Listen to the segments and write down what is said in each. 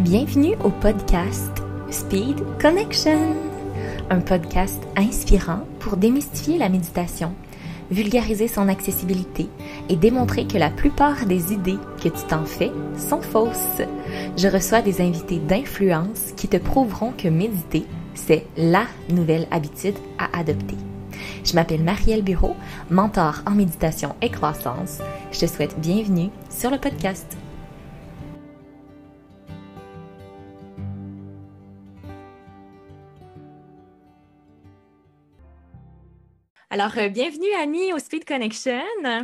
Bienvenue au podcast Speed Connection, un podcast inspirant pour démystifier la méditation, vulgariser son accessibilité et démontrer que la plupart des idées que tu t'en fais sont fausses. Je reçois des invités d'influence qui te prouveront que méditer, c'est la nouvelle habitude à adopter. Je m'appelle Marielle Bureau, mentor en méditation et croissance. Je te souhaite bienvenue sur le podcast. Alors, bienvenue Annie au Speed Connection.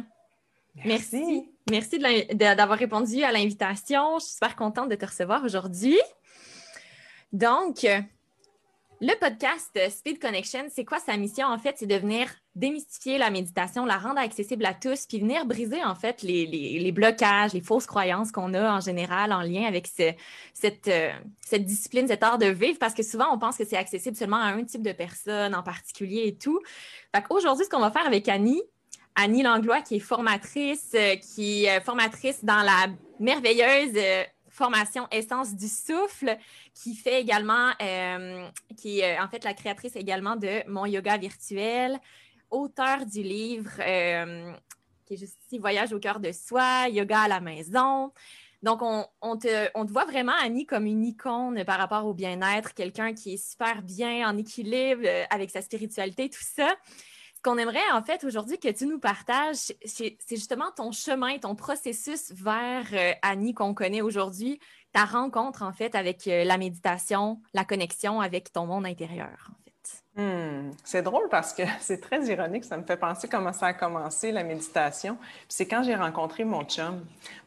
Merci d'avoir répondu à l'invitation. Je suis super contente de te recevoir aujourd'hui. Donc, le podcast Speed Connection, c'est quoi sa mission? En fait, c'est de venir démystifier la méditation, la rendre accessible à tous, puis venir briser en fait les blocages, les fausses croyances qu'on a en général en lien avec cette discipline, cet art de vivre, parce que souvent, on pense que c'est accessible seulement à un type de personne en particulier et tout. Fait qu'aujourd'hui, ce qu'on va faire avec Annie Langlois, qui est formatrice, dans la merveilleuse formation Essence du souffle, qui fait également, qui est en fait la créatrice également de Mon yoga virtuel, auteure du livre qui est juste ici, Voyage au cœur de soi, yoga à la maison. Donc, on te voit vraiment, Annie, comme une icône par rapport au bien-être, quelqu'un qui est super bien en équilibre avec sa spiritualité, tout ça. Ce qu'on aimerait, en fait, aujourd'hui que tu nous partages, c'est justement ton chemin, ton processus vers Annie qu'on connaît aujourd'hui, ta rencontre, en fait, avec la méditation, la connexion avec ton monde intérieur, en fait. C'est drôle parce que c'est très ironique. Ça me fait penser comment ça a commencé, la méditation. Puis c'est quand j'ai rencontré mon chum,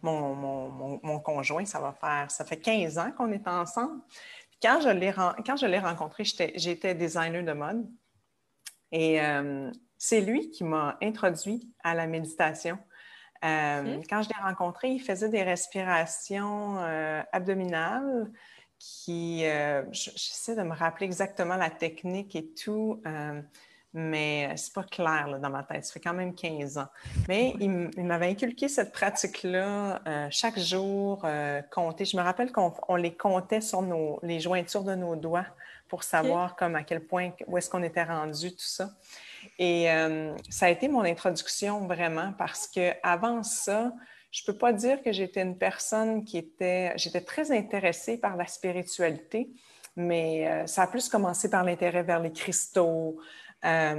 mon conjoint, ça fait 15 ans qu'on est ensemble. Puis quand je l'ai rencontré, j'étais designer de mode. Et c'est lui qui m'a introduit à la méditation. Quand je l'ai rencontré, il faisait des respirations abdominales j'essaie de me rappeler exactement la technique et tout, mais c'est pas clair là, dans ma tête. Ça fait quand même 15 ans. Mais il m'avait inculqué cette pratique-là chaque jour, compter. Je me rappelle qu'on les comptait sur les jointures de nos doigts pour savoir comme à quel point, où est-ce qu'on était rendu, tout ça. Et ça a été mon introduction vraiment parce qu'avant ça, je ne peux pas dire que j'étais une personne j'étais très intéressée par la spiritualité, mais ça a plus commencé par l'intérêt vers les cristaux. Ça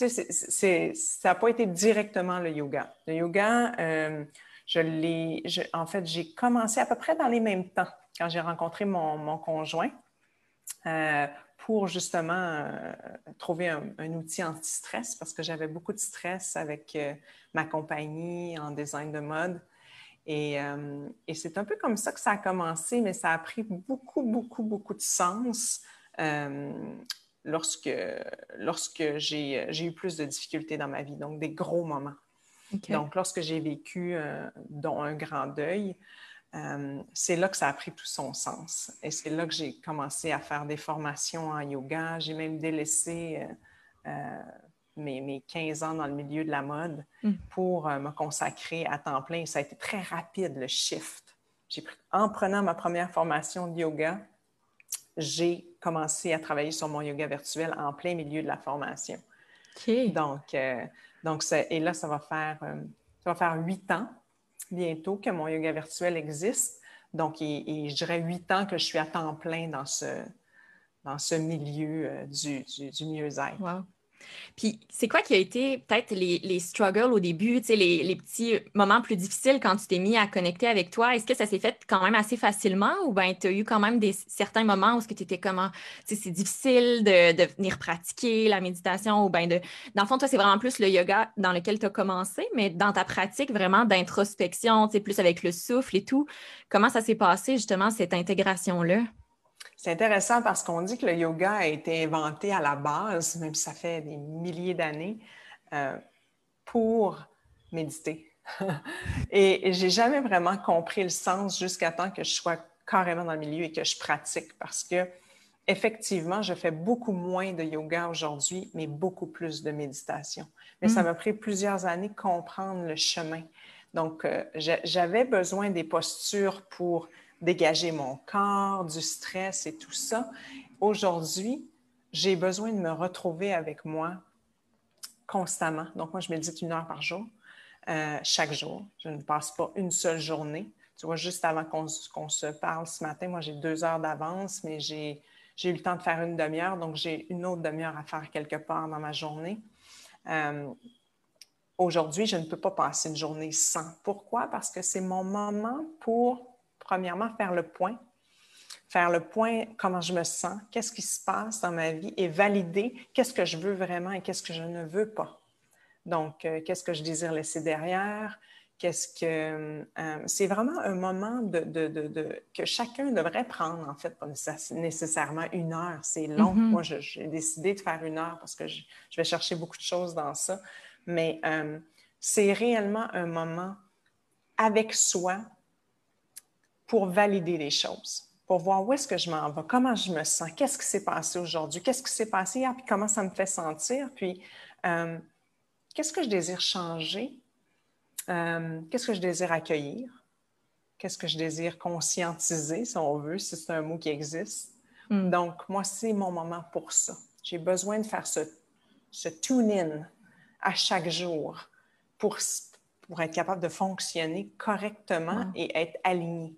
n'a pas été directement le yoga. Le yoga, en fait, j'ai commencé à peu près dans les mêmes temps quand j'ai rencontré mon conjoint. Pour justement trouver un outil anti-stress parce que j'avais beaucoup de stress avec ma compagnie en design de mode. Et c'est un peu comme ça que ça a commencé, mais ça a pris beaucoup, beaucoup, beaucoup de sens lorsque j'ai eu plus de difficultés dans ma vie, donc des gros moments. Okay. Donc, lorsque j'ai vécu dont un grand deuil, c'est là que ça a pris tout son sens. Et c'est là que j'ai commencé à faire des formations en yoga. J'ai même délaissé mes 15 ans dans le milieu de la mode pour me consacrer à temps plein. Et ça a été très rapide, le shift. En prenant ma première formation de yoga, j'ai commencé à travailler sur mon yoga virtuel en plein milieu de la formation. Okay. Donc et là, ça va faire 8 ans bientôt que mon yoga virtuel existe. Donc, et je dirais 8 ans que je suis à temps plein dans ce milieu du mieux-être. Wow. Puis, c'est quoi qui a été peut-être les struggles au début, tu sais, les petits moments plus difficiles quand tu t'es mis à connecter avec toi? Est-ce que ça s'est fait quand même assez facilement ou bien tu as eu quand même certains moments où tu étais comment, tu sais, c'est difficile de venir pratiquer la méditation ou bien dans le fond, toi, c'est vraiment plus le yoga dans lequel tu as commencé, mais dans ta pratique vraiment d'introspection, tu sais, plus avec le souffle et tout, comment ça s'est passé justement cette intégration-là? C'est intéressant parce qu'on dit que le yoga a été inventé à la base, même si ça fait des milliers d'années, pour méditer. Et j'ai jamais vraiment compris le sens jusqu'à temps que je sois carrément dans le milieu et que je pratique parce que effectivement, je fais beaucoup moins de yoga aujourd'hui, mais beaucoup plus de méditation. Mais ça m'a pris plusieurs années de comprendre le chemin. Donc, j'avais besoin des postures pour dégager mon corps du stress et tout ça. Aujourd'hui, j'ai besoin de me retrouver avec moi constamment. Donc, moi, je médite 1 heure par jour, chaque jour. Je ne passe pas une seule journée. Tu vois, juste avant qu'on se parle ce matin, moi, j'ai 2 heures d'avance, mais j'ai eu le temps de faire une demi-heure, donc j'ai une autre demi-heure à faire quelque part dans ma journée. Aujourd'hui, je ne peux pas passer une journée sans. Pourquoi? Parce que c'est mon moment pour, premièrement, faire le point comment je me sens, qu'est-ce qui se passe dans ma vie et valider qu'est-ce que je veux vraiment et qu'est-ce que je ne veux pas. Donc, qu'est-ce que je désire laisser derrière? C'est vraiment un moment que chacun devrait prendre, en fait, pas nécessairement 1 heure, c'est long. Moi, j'ai décidé de faire 1 heure parce que je vais chercher beaucoup de choses dans ça, mais c'est réellement un moment avec soi pour valider les choses, pour voir où est-ce que je m'en vais, comment je me sens, qu'est-ce qui s'est passé aujourd'hui, qu'est-ce qui s'est passé hier, puis comment ça me fait sentir, puis qu'est-ce que je désire changer, qu'est-ce que je désire accueillir, qu'est-ce que je désire conscientiser, si on veut, si c'est un mot qui existe. Donc, moi, c'est mon moment pour ça. J'ai besoin de faire ce tune-in à chaque jour pour être capable de fonctionner correctement et être aligné.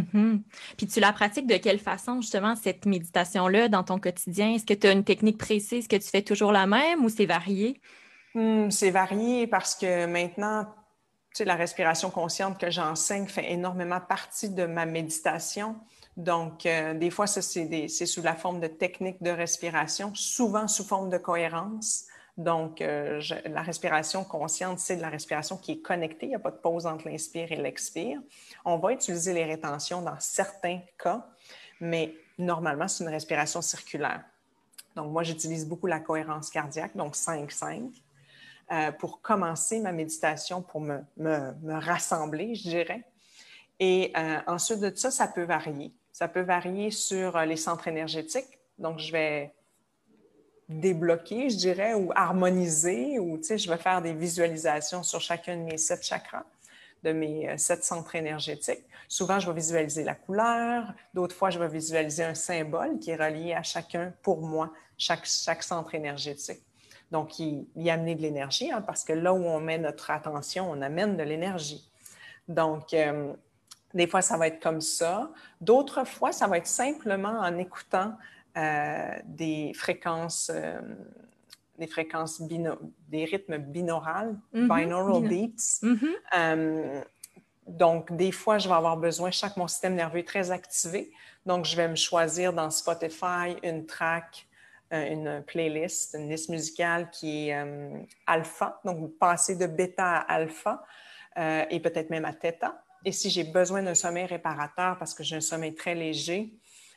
Puis tu la pratiques de quelle façon, justement, cette méditation-là dans ton quotidien? Est-ce que tu as une technique précise que tu fais toujours la même ou c'est varié? C'est varié parce que maintenant, tu sais, la respiration consciente que j'enseigne fait énormément partie de ma méditation. Donc, des fois, ça, c'est sous la forme de techniques de respiration, souvent sous forme de cohérence. Donc, la respiration consciente, c'est de la respiration qui est connectée. Il n'y a pas de pause entre l'inspire et l'expire. On va utiliser les rétentions dans certains cas, mais normalement, c'est une respiration circulaire. Donc, moi, j'utilise beaucoup la cohérence cardiaque, donc 5-5. Pour commencer ma méditation, pour me rassembler, je dirais. Et ensuite de ça, ça peut varier. Ça peut varier sur les centres énergétiques. Donc, je vais débloquer, je dirais, ou harmoniser, ou, tu sais, je vais faire des visualisations sur chacun de mes 7 chakras, de mes 7 centres énergétiques. Souvent, je vais visualiser la couleur. D'autres fois, je vais visualiser un symbole qui est relié à chacun, pour moi, chaque centre énergétique. Donc, y amener de l'énergie, hein, parce que là où on met notre attention, on amène de l'énergie. Donc, des fois, ça va être comme ça. D'autres fois, ça va être simplement en écoutant des fréquences, des rythmes binaurales, binaural beats. Donc, des fois, je vais avoir besoin, je sens que mon système nerveux est très activé. Donc, je vais me choisir dans Spotify une track, une playlist, une liste musicale qui est alpha, donc passer de bêta à alpha et peut-être même à theta. Et si j'ai besoin d'un sommeil réparateur parce que j'ai un sommeil très léger,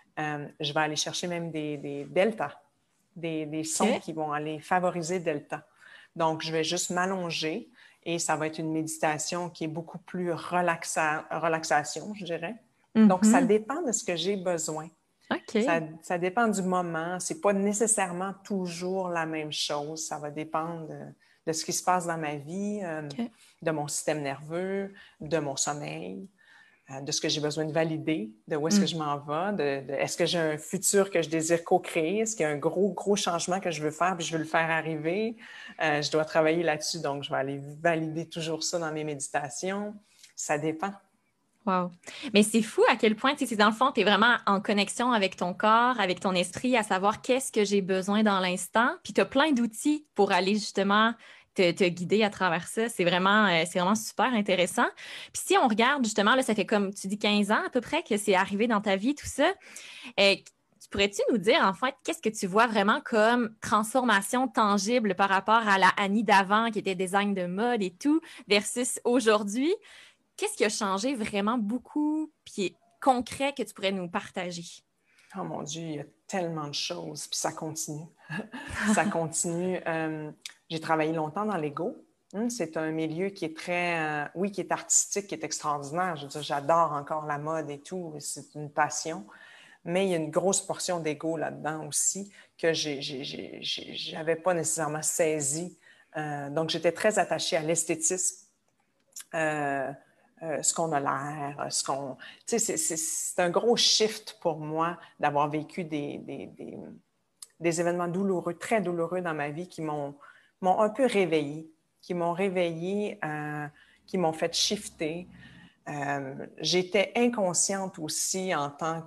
je vais aller chercher même des delta, des sons qui vont aller favoriser delta. Donc, je vais juste m'allonger et ça va être une méditation qui est beaucoup plus relaxation, je dirais. Donc, ça dépend de ce que j'ai besoin. Ça dépend du moment. Ce n'est pas nécessairement toujours la même chose. Ça va dépendre de ce qui se passe dans ma vie, de mon système nerveux, de mon sommeil, de ce que j'ai besoin de valider, de où est-ce que je m'en vais, est-ce que j'ai un futur que je désire co-créer, est-ce qu'il y a un gros changement que je veux faire puis je veux le faire arriver. Je dois travailler là-dessus, donc je vais aller valider toujours ça dans mes méditations. Ça dépend. Wow. Mais c'est fou à quel point, tu sais, dans le fond, tu es vraiment en connexion avec ton corps, avec ton esprit, à savoir qu'est-ce que j'ai besoin dans l'instant. Puis tu as plein d'outils pour aller justement te guider à travers ça. C'est vraiment super intéressant. Puis si on regarde justement, là, ça fait comme tu dis 15 ans à peu près que c'est arrivé dans ta vie, tout ça. Pourrais-tu nous dire, en fait, qu'est-ce que tu vois vraiment comme transformation tangible par rapport à la Annie d'avant qui était design de mode et tout, versus aujourd'hui? Qu'est-ce qui a changé vraiment beaucoup, puis concret que tu pourrais nous partager? Oh mon Dieu, il y a tellement de choses, puis ça continue. Ça continue. J'ai travaillé longtemps dans l'ego. C'est un milieu qui est très, oui, qui est artistique, qui est extraordinaire. Je veux dire, j'adore encore la mode et tout, c'est une passion. Mais il y a une grosse portion d'ego là-dedans aussi que je n'avais pas nécessairement saisi. Donc, j'étais très attachée à l'esthétisme. ce qu'on a l'air, Tu sais, c'est un gros shift pour moi d'avoir vécu des événements douloureux, très douloureux dans ma vie qui m'ont un peu réveillée, qui m'ont qui m'ont fait shifter. J'étais inconsciente aussi en tant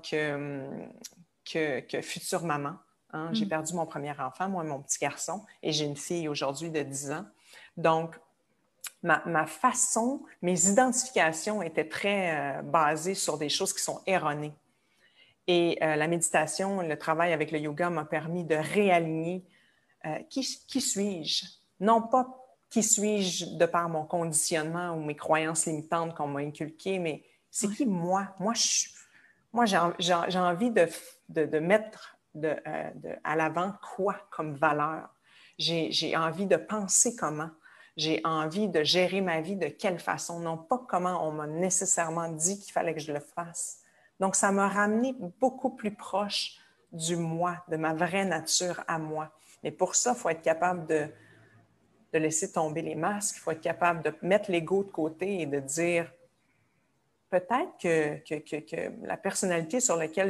que future maman. Hein. J'ai perdu mon premier enfant, moi, mon petit garçon, et j'ai une fille aujourd'hui de 10 ans. Donc, ma façon, mes identifications étaient très basées sur des choses qui sont erronées. Et la méditation, le travail avec le yoga m'a permis de réaligner qui suis-je? Non pas qui suis-je de par mon conditionnement ou mes croyances limitantes qu'on m'a inculquées, mais c'est qui moi? Moi, j'ai envie de mettre à l'avant quoi comme valeur? J'ai envie de penser comment? J'ai envie de gérer ma vie de quelle façon? Non pas comment on m'a nécessairement dit qu'il fallait que je le fasse. Donc, ça m'a ramené beaucoup plus proche du moi, de ma vraie nature à moi. Mais pour ça, il faut être capable de laisser tomber les masques, il faut être capable de mettre l'ego de côté et de dire peut-être que la personnalité sur laquelle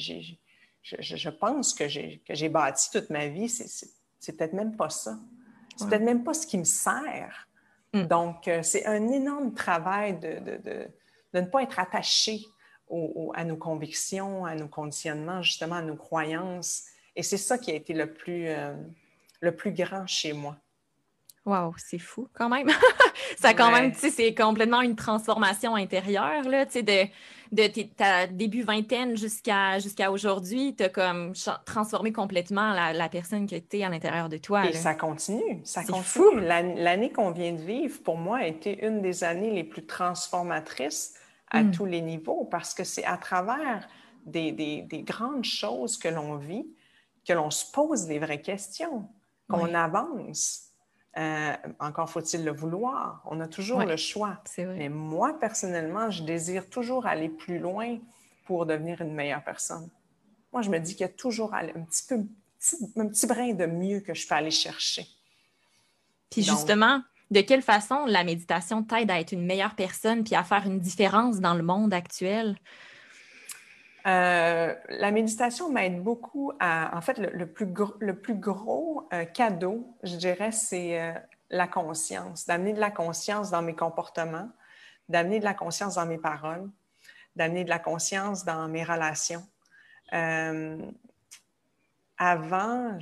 je pense que j'ai bâti toute ma vie, c'est peut-être même pas ça. C'est peut-être même pas ce qui me sert. Donc, c'est un énorme travail de ne pas être attaché à nos convictions, à nos conditionnements, justement à nos croyances. Et c'est ça qui a été le plus grand chez moi. Wow, c'est fou quand même. Ça quand même, tu sais, c'est complètement une transformation intérieure, là, tu sais, de ta début vingtaine jusqu'à aujourd'hui, tu as comme transformé complètement la personne que tu es à l'intérieur de toi. Et là. ça continue, ça continue. Fou. L'année qu'on vient de vivre, pour moi, a été une des années les plus transformatrices à tous les niveaux parce que c'est à travers des grandes choses que l'on vit, que l'on se pose des vraies questions, qu'on avance. Encore faut-il le vouloir. On a toujours le choix. C'est vrai. Mais moi, personnellement, je désire toujours aller plus loin pour devenir une meilleure personne. Moi, je me dis qu'il y a toujours un petit brin de mieux que je peux aller chercher. Puis justement, de quelle façon la méditation t'aide à être une meilleure personne puis à faire une différence dans le monde actuel? La méditation m'aide beaucoup à... En fait, le plus gros cadeau, je dirais, c'est la conscience. D'amener de la conscience dans mes comportements, d'amener de la conscience dans mes paroles, d'amener de la conscience dans mes relations. Avant,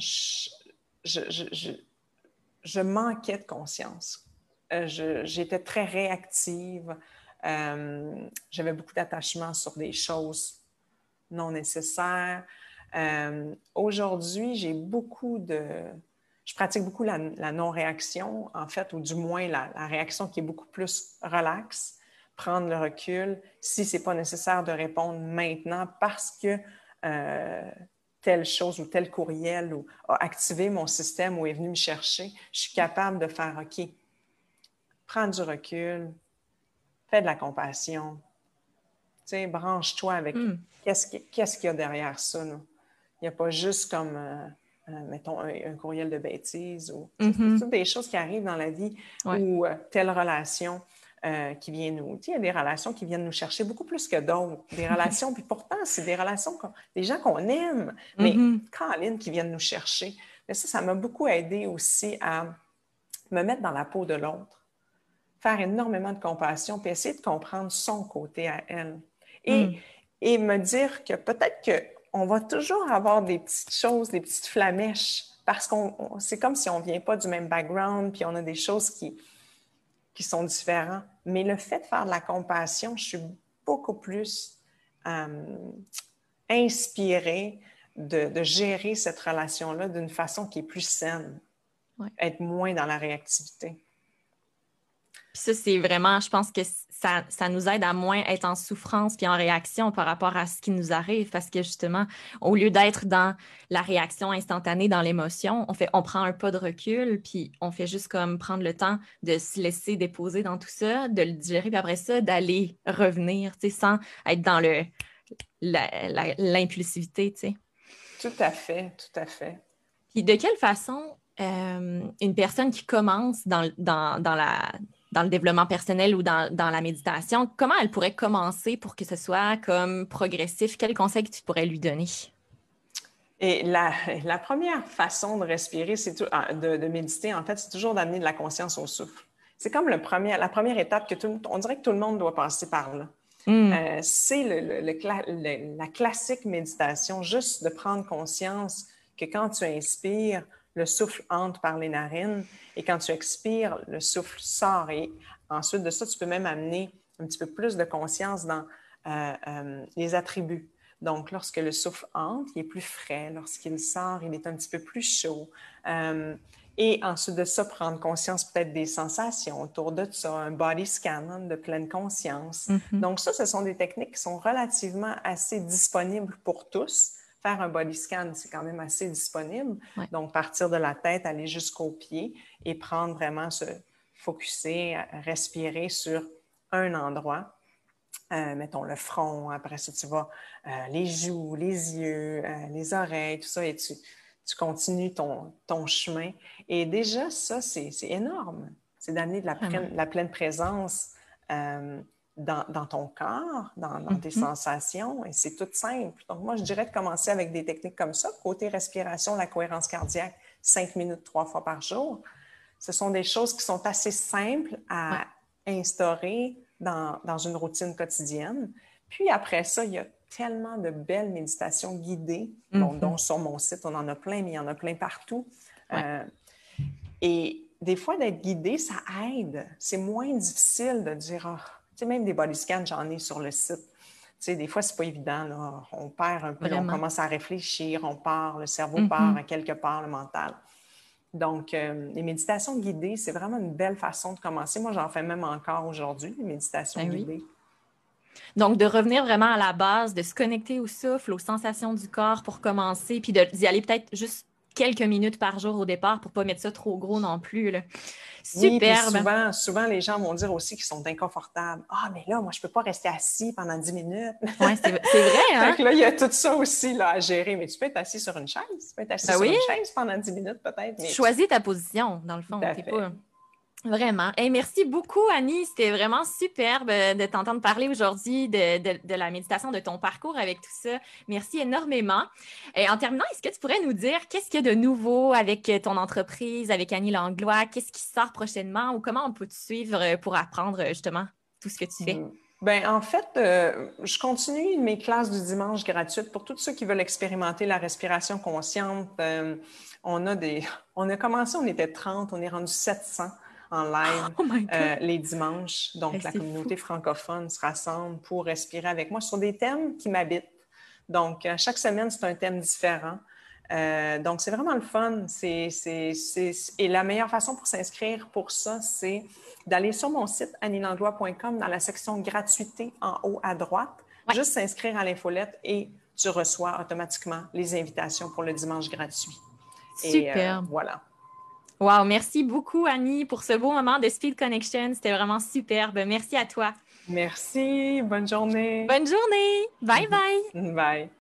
je manquais de conscience. J'étais très réactive. J'avais beaucoup d'attachement sur des choses non nécessaires. Aujourd'hui, je pratique beaucoup la non-réaction, en fait, ou du moins la réaction qui est beaucoup plus relaxe, prendre le recul si ce n'est pas nécessaire de répondre maintenant parce que telle chose ou tel courriel a activé mon système ou est venu me chercher, je suis capable de faire « OK, prends du recul, fais de la compassion, tu sais, branche-toi avec qu'est-ce qu'il y a derrière ça. Là. Il n'y a pas juste comme, mettons, un courriel de bêtises ou c'est toutes des choses qui arrivent dans la vie ou telle relation qui vient nous... Tu sais, il y a des relations qui viennent nous chercher beaucoup plus que d'autres. Des relations, puis pourtant, c'est des relations, des gens qu'on aime, mais Caroline qui viennent nous chercher. Mais ça m'a beaucoup aidé aussi à me mettre dans la peau de l'autre, faire énormément de compassion, puis essayer de comprendre son côté à elle. Et me dire que peut-être qu'on va toujours avoir des petites choses, des petites flamèches, parce que c'est comme si on ne vient pas du même background, puis on a des choses qui sont différentes. Mais le fait de faire de la compassion, je suis beaucoup plus inspirée de gérer cette relation-là d'une façon qui est plus saine, être moins dans la réactivité. Puis ça, c'est vraiment, je pense que ça nous aide à moins être en souffrance puis en réaction par rapport à ce qui nous arrive parce que justement, au lieu d'être dans la réaction instantanée, dans l'émotion, on prend un pas de recul puis on fait juste comme prendre le temps de se laisser déposer dans tout ça, de le digérer puis après ça, d'aller revenir, tu sais, sans être dans l'impulsivité, tu sais. Tout à fait, tout à fait. Puis de quelle façon une personne qui commence dans dans le développement personnel ou dans la méditation, comment elle pourrait commencer pour que ce soit comme progressif? Quel conseil que tu pourrais lui donner? Et la première façon de respirer, de méditer, en fait, c'est toujours d'amener de la conscience au souffle. C'est comme la première étape on dirait que tout le monde doit passer par là. C'est la classique méditation, juste de prendre conscience que quand tu inspires, le souffle entre par les narines et quand tu expires, le souffle sort. Et ensuite de ça, tu peux même amener un petit peu plus de conscience dans les attributs. Donc, lorsque le souffle entre, il est plus frais. Lorsqu'il sort, il est un petit peu plus chaud. Et ensuite de ça, prendre conscience peut-être des sensations autour de ça, un body scan de pleine conscience. Donc ça, ce sont des techniques qui sont relativement assez disponibles pour tous. Faire un body scan, c'est quand même assez disponible. Ouais. Donc, partir de la tête, aller jusqu'aux pieds et prendre vraiment se focusser, respirer sur un endroit. Mettons le front, après ça, tu vas les joues, les yeux, les oreilles, tout ça, et tu continues ton chemin. Et déjà, ça, c'est énorme. C'est d'amener de la pleine présence dans ton corps, dans tes sensations, et c'est tout simple. Donc, moi, je dirais de commencer avec des techniques comme ça. Côté respiration, la cohérence cardiaque, 5 minutes, 3 fois par jour. Ce sont des choses qui sont assez simples à instaurer dans une routine quotidienne. Puis après ça, il y a tellement de belles méditations guidées, dont sur mon site, on en a plein, mais il y en a plein partout. Ouais. Et des fois, d'être guidé, ça aide. C'est moins difficile de dire, tu sais, même des body scans, j'en ai sur le site. Tu sais, des fois, c'est pas évident, là. On perd un peu, on commence à réfléchir, on part, le cerveau part à quelque part, le mental. Donc, les méditations guidées, c'est vraiment une belle façon de commencer. Moi, j'en fais même encore aujourd'hui, les méditations guidées. Donc, de revenir vraiment à la base, de se connecter au souffle, aux sensations du corps pour commencer, puis d'y aller peut-être juste quelques minutes par jour au départ pour ne pas mettre ça trop gros non plus, là. Superbe! Oui, souvent, les gens vont dire aussi qu'ils sont inconfortables. « Ah, mais là, moi, je ne peux pas rester assis pendant 10 minutes. » Oui, c'est vrai, hein? Fait que là, il y a tout ça aussi là, à gérer. Mais tu peux être assis sur une chaise. Tu peux être assis sur une chaise pendant 10 minutes, peut-être. Mais choisis ta position, dans le fond. T'es pas... Vraiment. Hey, merci beaucoup, Annie. C'était vraiment superbe de t'entendre parler aujourd'hui de la méditation, de ton parcours avec tout ça. Merci énormément. Et en terminant, est-ce que tu pourrais nous dire qu'est-ce qu'il y a de nouveau avec ton entreprise, avec Annie Langlois? Qu'est-ce qui sort prochainement ou comment on peut te suivre pour apprendre justement tout ce que tu fais? Bien, en fait, je continue mes classes du dimanche gratuites pour tous ceux qui veulent expérimenter la respiration consciente. On a commencé, on était 30, on est rendu 700 en live les dimanches. Donc, la communauté francophone se rassemble pour respirer avec moi sur des thèmes qui m'habitent. Donc, chaque semaine, c'est un thème différent. Donc, c'est vraiment le fun. Et la meilleure façon pour s'inscrire pour ça, c'est d'aller sur mon site annielanglois.com dans la section gratuité en haut à droite, juste s'inscrire à l'infolette et tu reçois automatiquement les invitations pour le dimanche gratuit. Super. Et voilà. Wow, merci beaucoup, Annie, pour ce beau moment de Speed Connection. C'était vraiment superbe. Merci à toi. Merci. Bonne journée. Bonne journée. Bye bye. Bye.